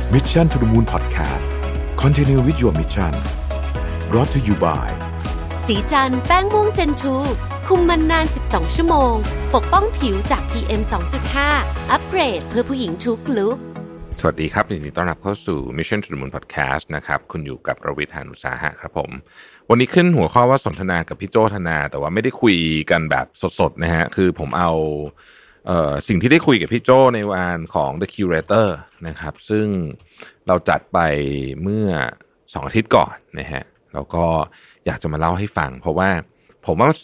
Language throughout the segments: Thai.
Mission to the Moon Podcast Continue with your mission brought to you by สีจันแป้งม่วงเจนทูคุมมันนาน12ชั่วโมงปกป้องผิวจาก PM 2.5 อัปเกรดเพื่อผู้หญิงทุกลุคสวัสดีครับยินดีต้อนรับเข้าสู่ Mission to the Moon Podcast นะครับคุณอยู่กับรวิทย์ หาญอุตสาหะครับผมวันนี้ขึ้นหัวข้อว่าสนทนากับพี่โจธนาแต่ว่าไม่ได้คุยกันแบบสดๆนะฮะคือผมเอาสิ่งที่ได้คุยกับพี่โจในวันของ The Curator นะครับซึ่งเราจัดไปเมื่อ2 อาทิตย์ก่อนนะฮะแล้วก็อยากจะมาเล่าให้ฟังเพราะว่าผมว่า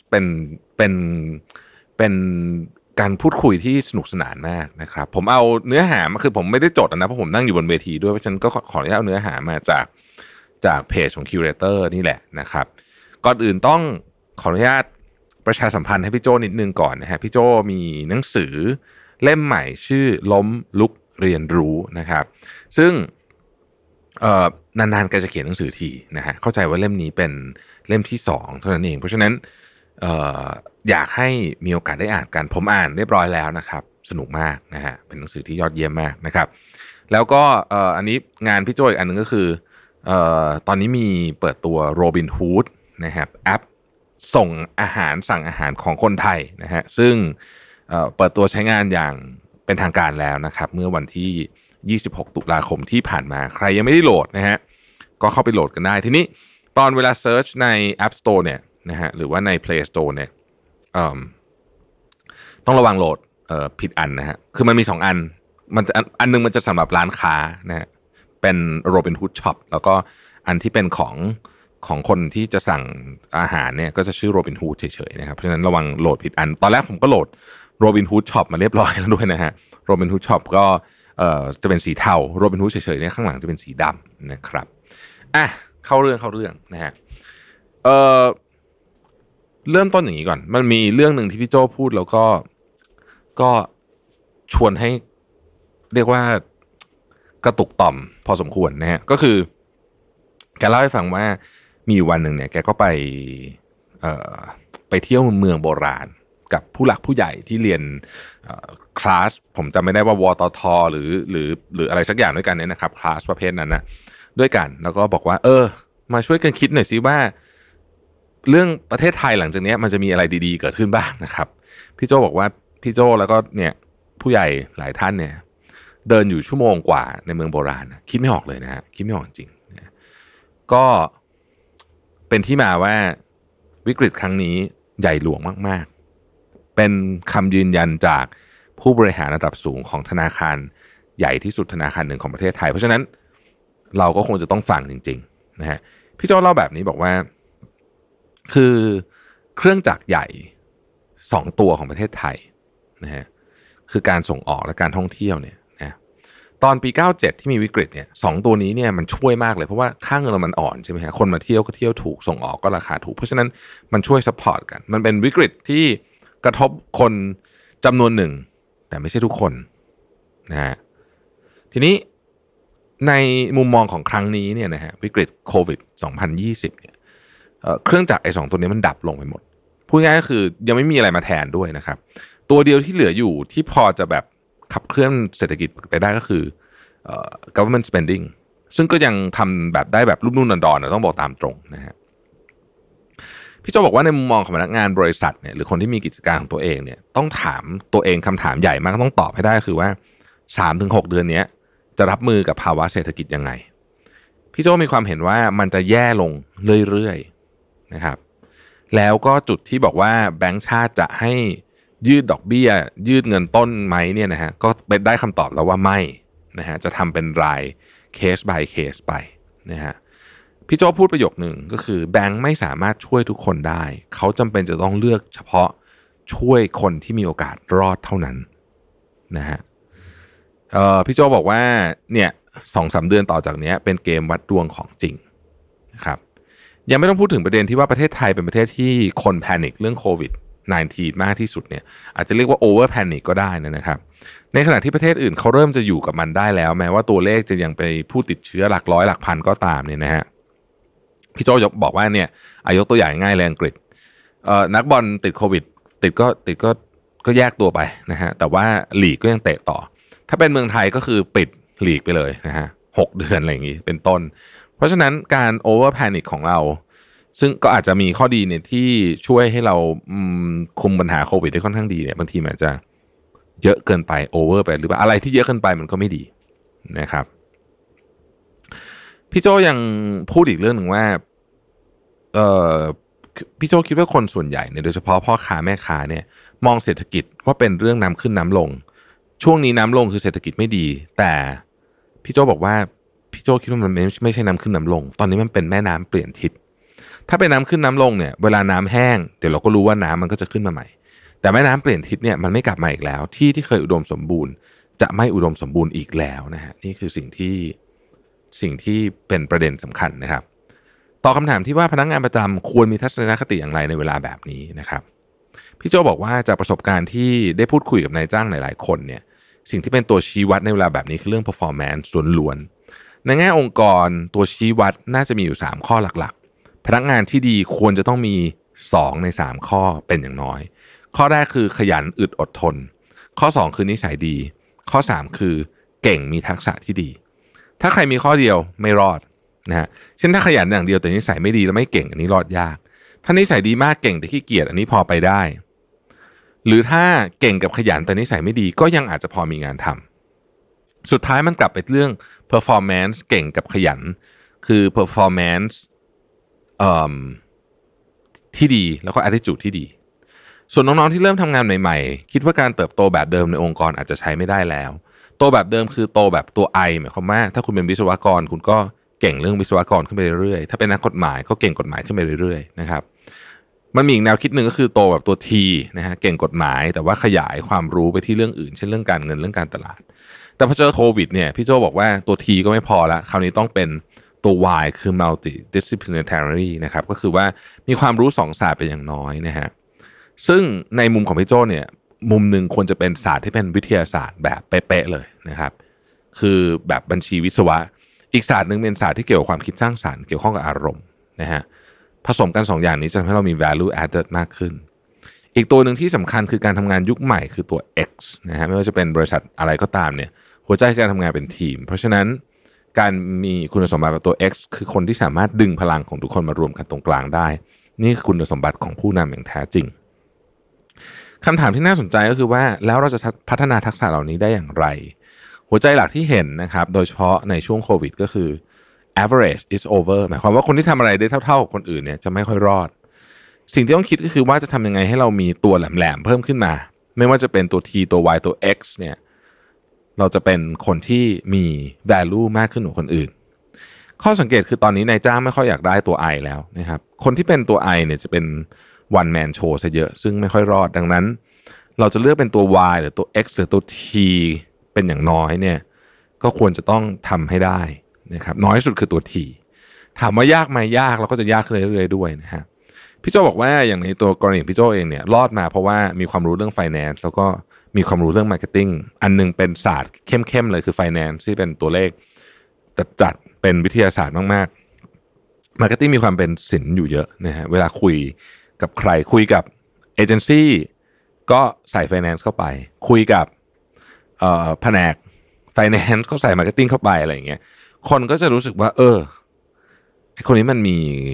เป็นการพูดคุยที่สนุกสนานมากนะครับผมเอาเนื้อหามาคือผมไม่ได้จดนะเพราะผมนั่งอยู่บนเวทีด้วยเพราะฉะนั้นก็ขออนุญาตเอาเนื้อหามาจากเพจของ Curator นี่แหละนะครับก่อนอื่นต้องขออนุญาตประชาสัมพันธ์ให้พี่โจนิดนึงก่อนนะฮะพี่โจมีหนังสือเล่มใหม่ชื่อล้มลุกเรียนรู้นะครับซึ่งนานๆแกจะเขียนหนังสือทีนะฮะเข้าใจว่าเล่มนี้เป็นเล่มที่2เท่านั้นเองเพราะฉะนั้นอยากให้มีโอกาสได้อ่านกันผมอ่านเรียบร้อยแล้วนะครับสนุกมากนะฮะเป็นหนังสือที่ยอดเยี่ยมมากนะครับแล้วก็อันนี้งานพี่โจอีกอันนึงก็คือตอนนี้มีเปิดตัว Robinhood นะครับแอปส่งอาหารสั่งอาหารของคนไทยนะฮะซึ่งเปิดตัวใช้งานอย่างเป็นทางการแล้วนะครับเมื่อวันที่26 ตุลาคมที่ผ่านมาใครยังไม่ได้โหลดนะฮะก็เข้าไปโหลดกันได้ทีนี้ตอนเวลาเซิร์ชใน App Store เนี่ยนะฮะหรือว่าใน Play Store เนี่ยต้องระวังโหลดผิดอันนะฮะคือมันมี2อันมันจะอันนึงมันจะสำหรับร้านค้านะฮะเป็น Robinhood Shop แล้วก็อันที่เป็นของคนที่จะสั่งอาหารเนี่ยก็จะชื่อ Robinhood เฉยๆนะครับเพราะฉะนั้นระวังโหลดผิดอันตอนแรกผมก็โหลด Robinhood Shop มาเรียบร้อยแล้วด้วยนะฮะ Robinhood Shop ก็จะเป็นสีเทา Robinhood เฉยๆเนี่ยข้างหลังจะเป็นสีดำนะครับอ่ะเข้าเรื่องนะฮะเริ่มต้นอย่างนี้ก่อนมันมีเรื่องหนึ่งที่พี่โจ้พูดแล้วก็ชวนให้เรียกว่ากระตุกต่อมพอสมควรนะฮะก็คือแกเล่าให้ฟังว่ามีวันหนึ่งเนี่ยแกก็ไปเที่ยวเมืองโบราณกับผู้หลักผู้ใหญ่ที่เรียนคลาสผมจำไม่ได้ว่าวตทหรืออะไรสักอย่างด้วยกันเนี่ยนะครับคลาสประเภทนั้นนะด้วยกันแล้วก็บอกว่ามาช่วยกันคิดหน่อยสิว่าเรื่องประเทศไทยหลังจากนี้มันจะมีอะไรดีๆเกิดขึ้นบ้างนะครับพี่โจบอกว่าพี่โจแล้วก็เนี่ยผู้ใหญ่หลายท่านเนี่ยเดินอยู่ชั่วโมงกว่าในเมืองโบราณคิดไม่ออกเลยนะฮะคิดไม่ออกจริงก็เป็นที่มาว่าวิกฤตครั้งนี้ใหญ่หลวงมากๆเป็นคำยืนยันจากผู้บริหารระดับสูงของธนาคารใหญ่ที่สุดธนาคารหนึ่งของประเทศไทยเพราะฉะนั้นเราก็คงจะต้องฟังจริงๆนะฮะพี่โจ้เล่าแบบนี้บอกว่าคือเครื่องจักรใหญ่2ตัวของประเทศไทยนะฮะคือการส่งออกและการท่องเที่ยวเนี่ยนะตอนปี97ที่มีวิกฤตเนี่ย2ตัวนี้เนี่ยมันช่วยมากเลยเพราะว่าค่าเงินมันอ่อนใช่ไหมฮะคนมาเที่ยวก็เที่ยวถูกส่งออกก็ราคาถูกเพราะฉะนั้นมันช่วยซัพพอร์ตกันมันเป็นวิกฤตที่กระทบคนจำนวนหนึ่งแต่ไม่ใช่ทุกคนนะฮะทีนี้ในมุมมองของครั้งนี้เนี่ยนะฮะวิกฤตโควิด2020เนี่ยเครื่องจักรไอ้2ตัวนี้มันดับลงไปหมดพูดง่ายก็คือยังไม่มีอะไรมาแทนด้วยนะครับตัวเดียวที่เหลืออยู่ที่พอจะแบบขับเคลื่อนเศรษฐกิจไปได้ก็คือgovernment spending ซึ่งก็ยังทำแบบได้แบบรุ่มรุ่นดอนๆต้องบอกตามตรงนะฮะพี่โจบอกว่าในมุมมองของพนักงานบริษัทเนี่ยหรือคนที่มีกิจการของตัวเองเนี่ยต้องถามตัวเองคำถามใหญ่มากต้องตอบให้ได้คือว่า 3-6 เดือนนี้จะรับมือกับภาวะเศรษฐกิจยังไงพี่โจมีความเห็นว่ามันจะแย่ลงเรื่อยๆนะครับแล้วก็จุดที่บอกว่าแบงก์ชาติจะให้ยืดดอกเบี้ยยืดเงินต้นไหมเนี่ยนะฮะก็เป็นได้คำตอบแล้วว่าไม่นะฮะจะทำเป็นรายเคส by เคสไปนะฮะพี่โจพูดประโยคนึงก็คือแบงก์ไม่สามารถช่วยทุกคนได้เขาจำเป็นจะต้องเลือกเฉพาะช่วยคนที่มีโอกาสรอดเท่านั้นนะฮะพี่โจบอกว่าเนี่ย 2-3 เดือนต่อจากนี้เป็นเกมวัดดวงของจริงนะครับยังไม่ต้องพูดถึงประเด็นที่ว่าประเทศไทยเป็นประเทศที่คนแพนิคเรื่องโควิด-19 มากที่สุดเนี่ยอาจจะเรียกว่าโอเวอร์แพนิคก็ได้นะครับในขณะที่ประเทศอื่นเขาเริ่มจะอยู่กับมันได้แล้วแม้ว่าตัวเลขจะยังไปผู้ติดเชื้อหลักร้อยหลักพันก็ตามเนี่ยนะฮะพี่โจบอกว่าเนี่ยยกตัวอย่างง่ายเลยอังกฤษนักบอลติดโควิดติดก็แยกตัวไปนะฮะแต่ว่าลีกก็ยังเตะต่อถ้าเป็นเมืองไทยก็คือปิดลีกไปเลยนะฮะ 6 เดือนอะไรอย่างงี้เป็นต้นเพราะฉะนั้นการโอเวอร์แพนิคของเราซึ่งก็อาจจะมีข้อดีเนี่ยที่ช่วยให้เราคุมปัญหาโควิดได้ค่อนข้างดีเนี่ยบางทีมันอาจจะเยอะเกินไปโอเวอร์ไปหรือเปล่าอะไรที่เยอะเกินไปมันก็ไม่ดีนะครับพี่โจยังพูดอีกเรื่องหนึ่งว่าพี่โจคิดว่าคนส่วนใหญ่เนี่ยโดยเฉพาะพ่อค้าแม่ค้าเนี่ยมองเศรษฐกิจว่าเป็นเรื่องน้ำขึ้นน้ำลงช่วงนี้น้ำลงคือเศรษฐกิจไม่ดีแต่พี่โจบอกว่าพี่โจคิดว่ามันไม่ใช่น้ำขึ้นน้ำลงตอนนี้มันเป็นแม่น้ำเปลี่ยนทิศถ้าเป็นน้ำขึ้นน้ำลงเนี่ยเวลาน้ำแห้งเดี๋ยวเราก็รู้ว่าน้ำมันก็จะขึ้นมาใหม่แต่แม่น้ำเปลี่ยนทิศเนี่ยมันไม่กลับมาอีกแล้วที่เคยอุดมสมบูรณ์จะไม่อุดมสมบูรณ์อีกแล้วนะฮะนี่คือสิ่งที่เป็นประเด็นสำคัญนะครับตอบคำถามที่ว่าพนักงานประจำควรมีทัศนคติอย่างไรในเวลาแบบนี้นะครับพี่โจบอกว่าจากประสบการณ์ที่ได้พูดคุยกับนายจ้างหลายๆคนเนี่ยสิ่งที่เป็นตัวชี้วัดในเวลาแบบนี้คือเรื่อง performance ล้วนๆในแง่องค์กรตัวชี้วัดน่าจะมีอยู่3ข้อหลักๆพนักงานที่ดีควรจะต้องมี2ใน3ข้อเป็นอย่างน้อยข้อแรกคือขยันอึดอดทนข้อ2คือนิสัยดีข้อ3คือเก่งมีทักษะที่ดีถ้าใครมีข้อเดียวไม่รอดนะฮะเช่นถ้าขยันอย่างเดียวแต่นิสัยไม่ดีแล้วไม่เก่งอันนี้รอดยากถ้านิสัยดีมากเก่งแต่ขี้เกียจอันนี้พอไปได้หรือถ้าเก่งกับขยันแต่นิสัยไม่ดีก็ยังอาจจะพอมีงานทำสุดท้ายมันกลับไปเรื่อง performance เก่งกับขยันคือ performance ที่ดีแล้วก็ attitude ที่ดีส่วนน้องๆที่เริ่มทำงานใหม่ๆคิดว่าการเติบโตแบบเดิมในองค์กรอาจจะใช้ไม่ได้แล้วโตแบบเดิมคือโตแบบตัว I หมายความว่าถ้าคุณเป็นวิศวกรคุณก็เก่งเรื่องวิศวกรขึ้นไปเรื่อยๆถ้าเป็นนักกฎหมายก็เก่งกฎหมายขึ้นไปเรื่อยๆนะครับมันมีอีกแนวคิดหนึ่งก็คือโตแบบตัว T นะฮะเก่งกฎหมายแต่ว่าขยายความรู้ไปที่เรื่องอื่นเช่นเรื่องการเงินเรื่องการตลาดแต่พอเจอโควิดเนี่ยพี่โจบอกว่าตัว T ก็ไม่พอละคราวนี้ต้องเป็นตัว Y คือ multidisciplinary นะครับก็คือว่ามีความรู้2ศาสตร์เป็นอย่างน้อยนะฮะซึ่งในมุมของพี่โจเนี่ยมุมหนึ่งควรจะเป็นศาสตร์ที่เป็นวิทยาศาสตร์แบบเป๊ะๆเลยนะครับคือแบบบัญชีวิศวะอีกศาสตร์นึงเป็นศาสตร์ที่เกี่ยวกับความคิดสร้างสรรค์เกี่ยวข้องกับอารมณ์นะฮะผสมกัน2อย่างนี้จะทำให้เรามี value added มากขึ้นอีกตัวหนึ่งที่สำคัญคือการทำงานยุคใหม่คือตัว X นะฮะไม่ว่าจะเป็นบริษัทอะไรก็ตามเนี่ยหัวใจการทำงานเป็นทีมเพราะฉะนั้นการมีคุณสมบัติแบบตัว X คือคนที่สามารถดึงพลังของทุกคนมารวมกันตรงกลางได้นี่คือคุณสมบัติของผู้นำอย่างแท้จริงคำถามที่น่าสนใจก็คือว่าแล้วเราจะพัฒนาทักษะเหล่านี้ได้อย่างไรหัวใจหลักที่เห็นนะครับโดยเฉพาะในช่วงโควิดก็คือ average is over หมายความว่าคนที่ทำอะไรได้เท่าๆกับคนอื่นเนี่ยจะไม่ค่อยรอดสิ่งที่ต้องคิดก็คือว่าจะทำยังไงให้เรามีตัวแหลมๆเพิ่มขึ้นมาไม่ว่าจะเป็นตัว T ตัว Y ตัว X เนี่ยเราจะเป็นคนที่มี value มากขึ้นกว่าคนอื่นข้อสังเกตคือตอนนี้นายจ้างไม่ค่อยอยากได้ตัว I แล้วนะครับคนที่เป็นตัว I เนี่ยจะเป็นone man show ซะเยอะซึ่งไม่ค่อยรอดดังนั้นเราจะเลือกเป็นตัว Y หรือตัว X หรือตัว T เป็นอย่างน้อยเนี่ยก็ควรจะต้องทำให้ได้นะครับน้อยสุดคือตัว T ถามว่ายากไหมยากเราก็จะยากขึ้นเรื่อยๆด้วยนะฮะพี่โจบอกว่าอย่างในตัวกรณีพี่โจเองเนี่ยรอดมาเพราะว่ามีความรู้เรื่อง finance แล้วก็มีความรู้เรื่อง marketing อันนึงเป็นศาสตร์เข้มๆเลยคือ finance ที่เป็นตัวเลขจัดเป็นวิทยาศาสตร์มากๆ marketing มีความเป็นศิลป์อยู่เยอะนะฮะเวลาคุยกับใครคุยกับเอเจนซี่ก็ใส่ finance เข้าไปคุยกับแผนก finance ก็ใส่ marketing เข้าไปอะไรอย่างเงี้ยคนก็จะรู้สึกว่าไอ้คนนี้มันมี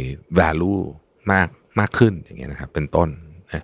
value มากขึ้นอย่างเงี้ยนะครับเป็นต้นนะ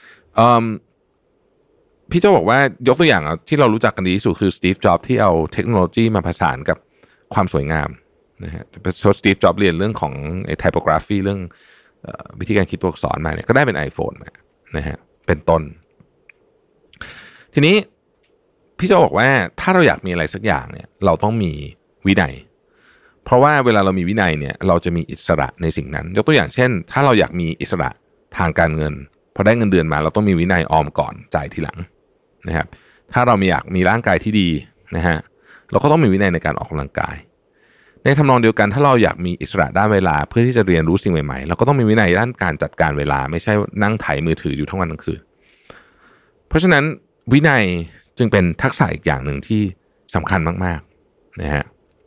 พี่โจบอกว่ายกตัวอย่างที่เรารู้จักกันดีที่สุดคือสตีฟจ็อบส์ที่เอาเทคโนโลยีมาผสานกับความสวยงามนะฮะสตีฟจ็อบส์เรียนเรื่องของไอ้ typography เรื่องวิธีการคิดตัวอักษรมาเนี่ยก็ได้เป็น iPhone มานะฮะเป็นต้นทีนี้พี่โจบอกว่าถ้าเราอยากมีอะไรสักอย่างเนี่ยเราต้องมีวินัยเพราะว่าเวลาเรามีวินัยเนี่ยเราจะมีอิสระในสิ่งนั้นยกตัวอย่างเช่นถ้าเราอยากมีอิสระทางการเงินพอได้เงินเดือนมาเราต้องมีวินัยออมก่อนจ่ายทีหลังนะครับถ้าเราอยากมีร่างกายที่ดีนะฮะเราก็ต้องมีวินัยในการออกกำลังกายในทำนองเดียวกันถ้าเราอยากมีอิสระด้านเวลาเพื่อที่จะเรียนรู้สิ่งใหม่ๆเราก็ต้องมีวินัยด้านการจัดการเวลาไม่ใช่นั่งไถมือถืออยู่ทั้งวันทั้งคืนเพราะฉะนั้นวินัยจึงเป็นทักษะอีกอย่างหนึ่งที่สำคัญมากๆนะฮะ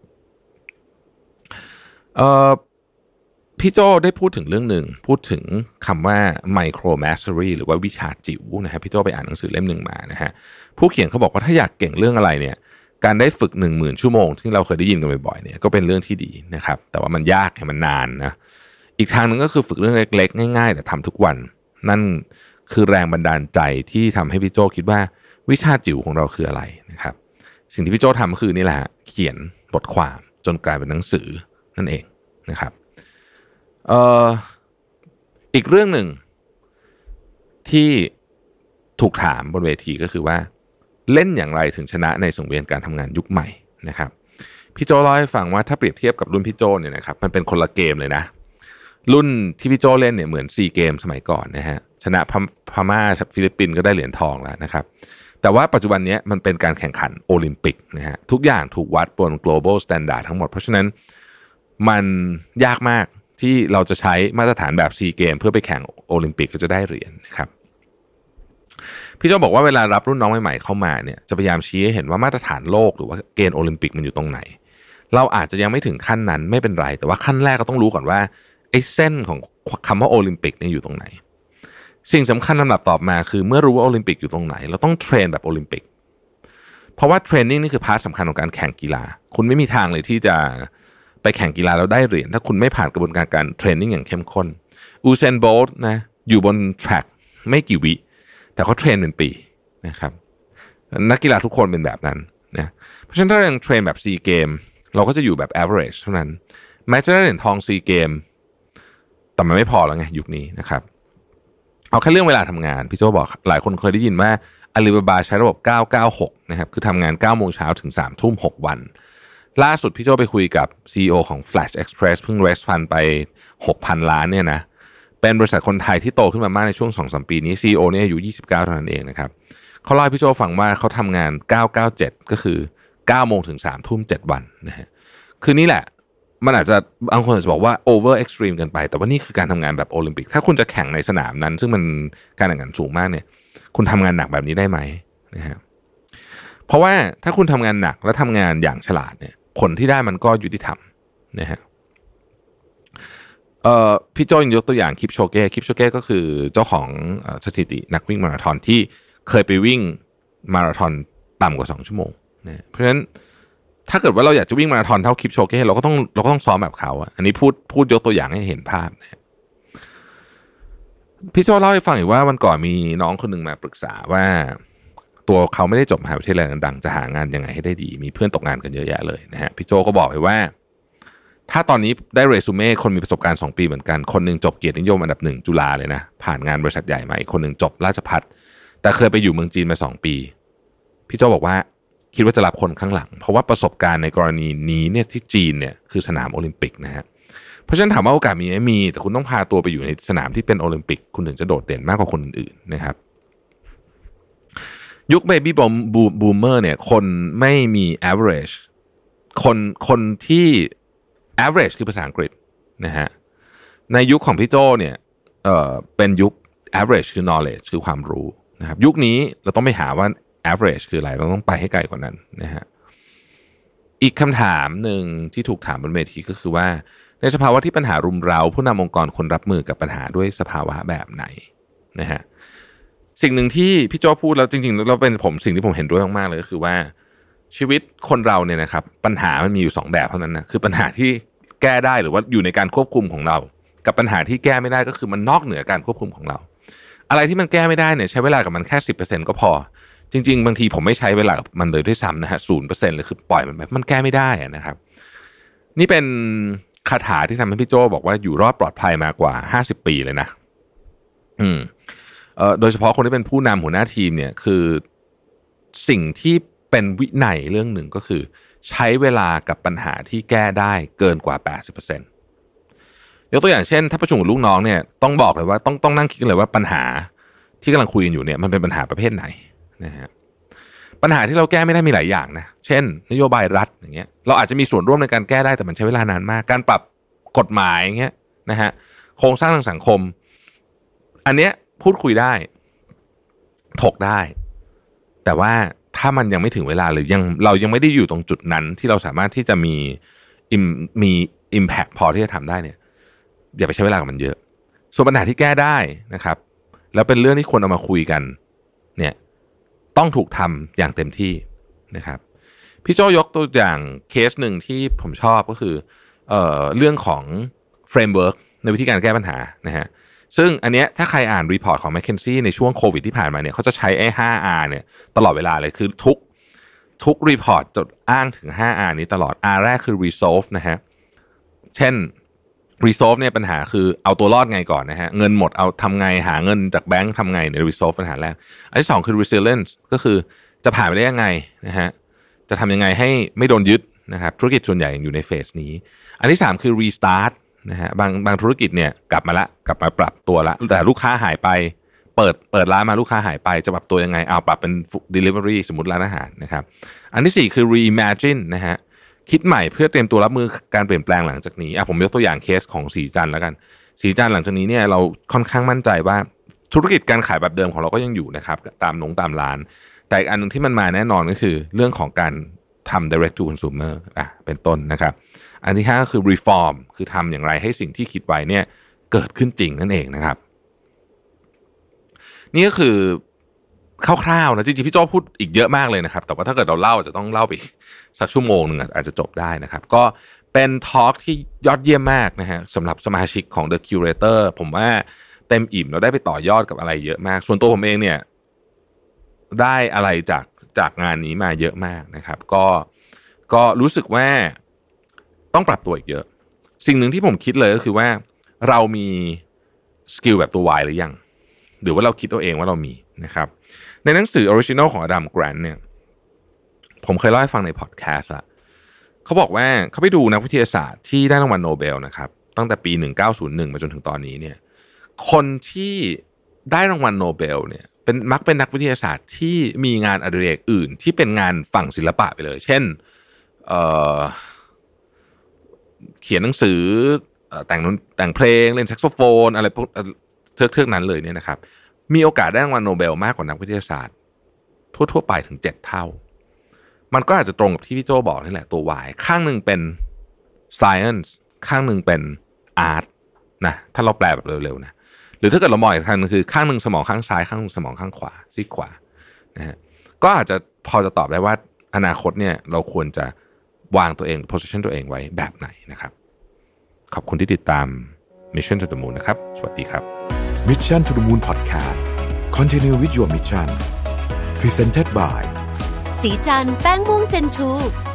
พี่โจได้พูดถึงเรื่องหนึ่งพูดถึงคำว่า micro mastery หรือว่าวิชาจิ๋วนะฮะพี่โจไปอ่านหนังสือเล่มหนึ่งมานะฮะผู้เขียนเขาบอกว่าถ้าอยากเก่งเรื่องอะไรเนี่ยการได้ฝึก 10,000 ชั่วโมงที่เราเคยได้ยินกันบ่อยๆเนี่ยก็เป็นเรื่องที่ดีนะครับแต่ว่ามันยากมันนานนะอีกทางนึงก็คือฝึกเรื่องเล็กๆง่ายๆแต่ทำทุกวันนั่นคือแรงบันดาลใจที่ทำให้พี่โจคิดว่าวิชาจิ๋วของเราคืออะไรนะครับสิ่งที่พี่โจทำก็คือนี่แหละเขียนบทความจนกลายเป็นหนังสือนั่นเองนะครับอีกเรื่องหนึ่งที่ถูกถามบนเวทีก็คือว่าเล่นอย่างไรถึงชนะในสังเวียนการทำงานยุคใหม่นะครับพี่โจเล่าให้ฟังว่าถ้าเปรียบเทียบกับรุ่นพี่โจเนี่ยนะครับมันเป็นคนละเกมเลยนะรุ่นที่พี่โจเล่นเนี่ยเหมือน4เกมสมัยก่อนนะฮะชนะพม่าฟิลิปปินส์ก็ได้เหรียญทองแล้วนะครับแต่ว่าปัจจุบันนี้มันเป็นการแข่งขันโอลิมปิกนะฮะทุกอย่างถูกวัดบน global standard ทั้งหมดเพราะฉะนั้นมันยากมากที่เราจะใช้มาตรฐานแบบ4เกมเพื่อไปแข่งโอลิมปิกก็จะได้เหรียญนะครับพี่โจบอกว่าเวลารับรุ่นน้องใหม่ๆเข้ามาเนี่ยจะพยายามชี้ให้เห็นว่ามาตรฐานโลกหรือว่าเกณฑ์โอลิมปิกมันอยู่ตรงไหนเราอาจจะยังไม่ถึงขั้นนั้นไม่เป็นไรแต่ว่าขั้นแรกก็ต้องรู้ก่อนว่าไอ้เส้นของคำว่าโอลิมปิกเนี่ยอยู่ตรงไหนสิ่งสำคัญลำดับต่อมาคือเมื่อรู้ว่าโอลิมปิกอยู่ตรงไหนเราต้องเทรนแบบโอลิมปิกเพราะว่าเทรนนิ่งนี่คือพาร์ทสำคัญของการแข่งกีฬาคุณไม่มีทางเลยที่จะไปแข่งกีฬาแล้วได้เหรียญถ้าคุณไม่ผ่านกระบวนการเทรนนิ่งอย่างเข้มข้นอูเซนโบลต์นะอยู่บนแทร็กไม่กี่วิแต่เขาเทรนเป็นปีนะครับนักกีฬาทุกคนเป็นแบบนั้นนะเพราะฉะนั้นถ้าเราเทรนแบบซีเกมเราก็จะอยู่แบบ average เท่านั้นแม้จะได้เหรียญทองซีเกมแต่มันไม่พอแล้วไงยุคนี้นะครับเอาแค่เรื่องเวลาทำงานพี่โจบอกหลายคนเคยได้ยินว่าอาลีบาบาใช้ระบบ996นะครับคือทำงาน 9 โมงเช้าถึง 3 ทุ่ม 6 วันล่าสุดพี่โจไปคุยกับ CEO ของ Flash Express เพิ่ง raise fund ไป 6,000 ล้านเนี่ยนะเป็นบริษัทคนไทยที่โตขึ้นมามากในช่วง 2-3 ปีนี้ CEO เนี่ยอายุ29เท่านั้นเองนะครับเขาเล่าให้พี่โจฟังว่าเขาทำงาน997ก็คือ9โมงถึง 3 ทุ่ม 7 วันนะฮะคือนี่แหละมันอาจจะบางคนอาจจะบอกว่า over extreme เกินไปแต่ว่านี่คือการทำงานแบบโอลิมปิกถ้าคุณจะแข่งในสนามนั้นซึ่งมันการแข่งขันสูงมากเนี่ยคุณทำงานหนักแบบนี้ได้ไหมนะฮะเพราะว่าถ้าคุณทำงานหนักและทำงานอย่างฉลาดเนี่ยผลที่ได้มันก็ยุติธรรมนะฮะพี่โจยกตัวอย่างคิปโชเก้ก็คือเจ้าของสถิตินักวิ่งมาราธอนที่เคยไปวิ่งมาราธอนต่ำกว่า2ชั่วโมงนะเพราะฉะนั้นถ้าเกิดว่าเราอยากจะวิ่งมาราธอนเท่าคิปโชเก้เราก็ต้องซ้อมแบบเขาอันนี้พูดยกตัวอย่างให้เห็นภาพนะพี่โจเล่าให้ฟังอีกว่าวันก่อนมีน้องคนหนึ่งมาปรึกษาว่าตัวเขาไม่ได้จบมหาวิทยาลัยดังๆจะหางานยังไงให้ได้ดีมีเพื่อนตกงานกันเยอะแยะเลยนะฮะพี่โจก็บอกไปว่าถ้าตอนนี้ได้เรซูเม่คนมีประสบการณ์2ปีเหมือนกันคนนึงจบเกียรตินิยมอันดับ1จุฬาเลยนะผ่านงานบริษัทใหญ่มาอีกคนนึงจบราชภัฏแต่เคยไปอยู่เมืองจีนมา2ปีพี่โจบอกว่าคิดว่าจะรับคนข้างหลังเพราะว่าประสบการณ์ในกรณีนี้เนี่ยที่จีนเนี่ยคือสนามโอลิมปิกนะฮะเพราะฉะนั้นถามว่าโอกาสมีไหมมีแต่คุณต้องพาตัวไปอยู่ในสนามที่เป็นโอลิมปิกคุณถึงจะโดดเด่นมากกว่าคนอื่นๆนะครับยุคเบบี้บูมเมอร์เนี่ยคนไม่มี average คนที่ average คือภาษาอังกฤษนะฮะในยุคของพี่โจเนี่ยเป็นยุค average คือ knowledge คือความรู้นะครับยุคนี้เราต้องไปหาว่า average คืออะไรเราต้องไปให้ไกลกว่านั้นนะฮะอีกคำถามหนึ่งที่ถูกถามบนเวทีก็คือว่าในสภาวะที่ปัญหารุมเร้าผู้นำองค์กรคนรับมือกับปัญหาด้วยสภาวะแบบไหนนะฮะสิ่งหนึ่งที่พี่โจ้พูดแล้วจริงๆเราเป็นสิ่งที่ผมเห็นด้วยมากๆเลยก็คือว่าชีวิตคนเราเนี่ยนะครับปัญหามันมีอยู่2แบบเท่านั้นนะคือปัญหาที่แก้ได้หรือว่าอยู่ในการควบคุมของเรากับปัญหาที่แก้ไม่ได้ก็คือมันนอกเหนือการควบคุมของเราอะไรที่มันแก้ไม่ได้เนี่ยใช้เวลากับมันแค่ 10% ก็พอจริงๆบางทีผมไม่ใช้เวลากับมันเลยด้วยซ้ำนะฮะ 0% เลยคือปล่อยมันไปมันแก้ไม่ได้นะครับนี่เป็นคาถาที่ทำให้พี่โจ้บอกว่าอยู่รอดปลอดภัยมากว่า50ปีเลยนะโดยเฉพาะคนที่เป็นผู้นำหัวหน้าทีมเนี่ยคือสิ่งที่เป็นวินัยเรื่องหนึ่งก็คือใช้เวลากับปัญหาที่แก้ได้เกินกว่า 80% ยกตัวอย่างเช่นถ้าประชุมกับลูกน้องเนี่ยต้องบอกเลยว่าต้องนั่งคิดเลยว่าปัญหาที่กำลังคุยกันอยู่เนี่ยมันเป็นปัญหาประเภทไหนนะฮะปัญหาที่เราแก้ไม่ได้มีหลายอย่างนะเช่นนโยบายรัฐอย่างเงี้ยเราอาจจะมีส่วนร่วมในการแก้ได้แต่มันใช้เวลานานมากการปรับกฎหมายอย่างเงี้ยนะฮะโครงสร้างทางสังคมอันเนี้ยพูดคุยได้ถกได้แต่ว่าถ้ามันยังไม่ถึงเวลาหรือเรายังไม่ได้อยู่ตรงจุดนั้นที่เราสามารถที่จะมี impact พอที่จะทำได้เนี่ยอย่าไปใช้เวลากับมันเยอะส่วนปัญหาที่แก้ได้นะครับแล้วเป็นเรื่องที่ควรเอามาคุยกันเนี่ยต้องถูกทำอย่างเต็มที่นะครับพี่พี่โจยกตัวอย่างเคสหนึ่งที่ผมชอบก็คือเรื่องของเฟรมเวิร์กในวิธีการแก้ปัญหานะฮะซึ่งอันเนี้ยถ้าใครอ่านรีพอร์ตของ McKinsey ในช่วงโควิดที่ผ่านมาเนี่ยเขาจะใช้ไอ้ 5R เนี่ยตลอดเวลาเลยคือทุกรีพอร์ตจดอ้างถึง 5R นี้ตลอด R แรกคือ resolve นะฮะเช่น resolve เนี่ยปัญหาคือเอาตัวรอดไงก่อนนะฮะเงินหมดเอาทำไงหาเงินจากแบงค์ทำไงใน resolve ปัญหาแรกอันที่2คือ resilience ก็คือจะผ่านไปได้ยังไงนะฮะจะทำยังไงให้ไม่โดนยึดนะครับธุรกิจส่วนใหญ่อยู่ในเฟสนี้อันที่3คือ restart นะฮะบางธุรกิจเนี่ยกลับมาปรับตัวละแต่ลูกค้าหายไปเปิดร้านมาลูกค้าหายไปจะปรับตัวยังไงเอาปรับเป็น delivery สมมุติร้านอาหารนะครับอันที่4คือ reimagine นะฮะคิดใหม่เพื่อเตรียมตัวรับมือการเปลี่ยนแปลงหลังจากนี้ผมยกตัวอย่างเคสของสีจันทร์แล้วกันสีจันทร์หลังจากนี้เนี่ยเราค่อนข้างมั่นใจว่าธุรกิจการขายแบบเดิมของเราก็ยังอยู่นะครับตามร้านแต่อีกอันนึงที่มันมาแน่นอนก็คือเรื่องของการทำ direct to consumer เป็นต้นนะครับอันที่5ก็คือ reform คือทำอย่างไรให้สิ่งที่คิดไว้เนี่ยเกิดขึ้นจริงนั่นเองนะครับนี่ก็คือคร่าวๆนะจริงๆพี่โจ้พูดอีกเยอะมากเลยนะครับแต่ว่าถ้าเกิดเราเล่าจะต้องเล่าไปสักชั่วโมงนึงอาจจะจบได้นะครับก็เป็นทอล์กที่ยอดเยี่ยมมากนะฮะสำหรับสมาชิกของ The Curator ผมว่าเต็มอิ่มเราได้ไปต่อยอดกับอะไรเยอะมากส่วนตัวผมเองเนี่ยได้อะไรจากงานนี้มาเยอะมากนะครับก็รู้สึกว่าต้องปรับตัวอีกเยอะสิ่งหนึ่งที่ผมคิดเลยก็คือว่าเรามีสกิลแบบตัว Y หรือยังหรือว่าเราคิดเอาเองว่าเรามีนะครับในหนังสือ Original ของ Adam Grant เนี่ยผมเคยเล่าให้ฟังในพอดแคสต์ละเขาบอกว่าเขาไปดูนักวิทยาศาสตร์ที่ได้รางวัลโนเบลนะครับตั้งแต่ปี1901มาจนถึงตอนนี้เนี่ยคนที่ได้รางวัลโนเบลเนี่ยมักเป็นนักวิทยาศาสตร์ที่มีงานอดิเรกอื่นที่เป็นงานฝั่งศิลปะไปเลยเช่นเขียนหนังสือแต่งเพลงเล่นแซกโซโฟนอะไรพวกเทือกนั้นเลยเนี่ยนะครับมีโอกาสได้รางวัลโนเบลมากกว่านักวิทยาศาสตร์ทั่วไปถึง7เท่ามันก็อาจจะตรงกับที่พี่โจบอกนี่แหละตัว Y ข้างหนึ่งเป็น science ข้างหนึ่งเป็น art นะถ้าเราแปลแบบเร็วๆนะหรือถ้าเกิดเรามองอีกทางนึงคือข้างหนึ่งสมองข้างซ้ายข้างหนึ่งสมองข้างขวาซีกขวานะฮะก็อาจจะพอจะตอบได้ว่าอนาคตเนี่ยเราควรจะวางตัวเอง position ตัวเองไว้แบบไหนนะครับขอบคุณที่ติดตาม Mission to the Moon นะครับสวัสดีครับ Mission to the Moon Podcast Continue with your mission Presented by สีจันทร์แป้งม่วงเจนทู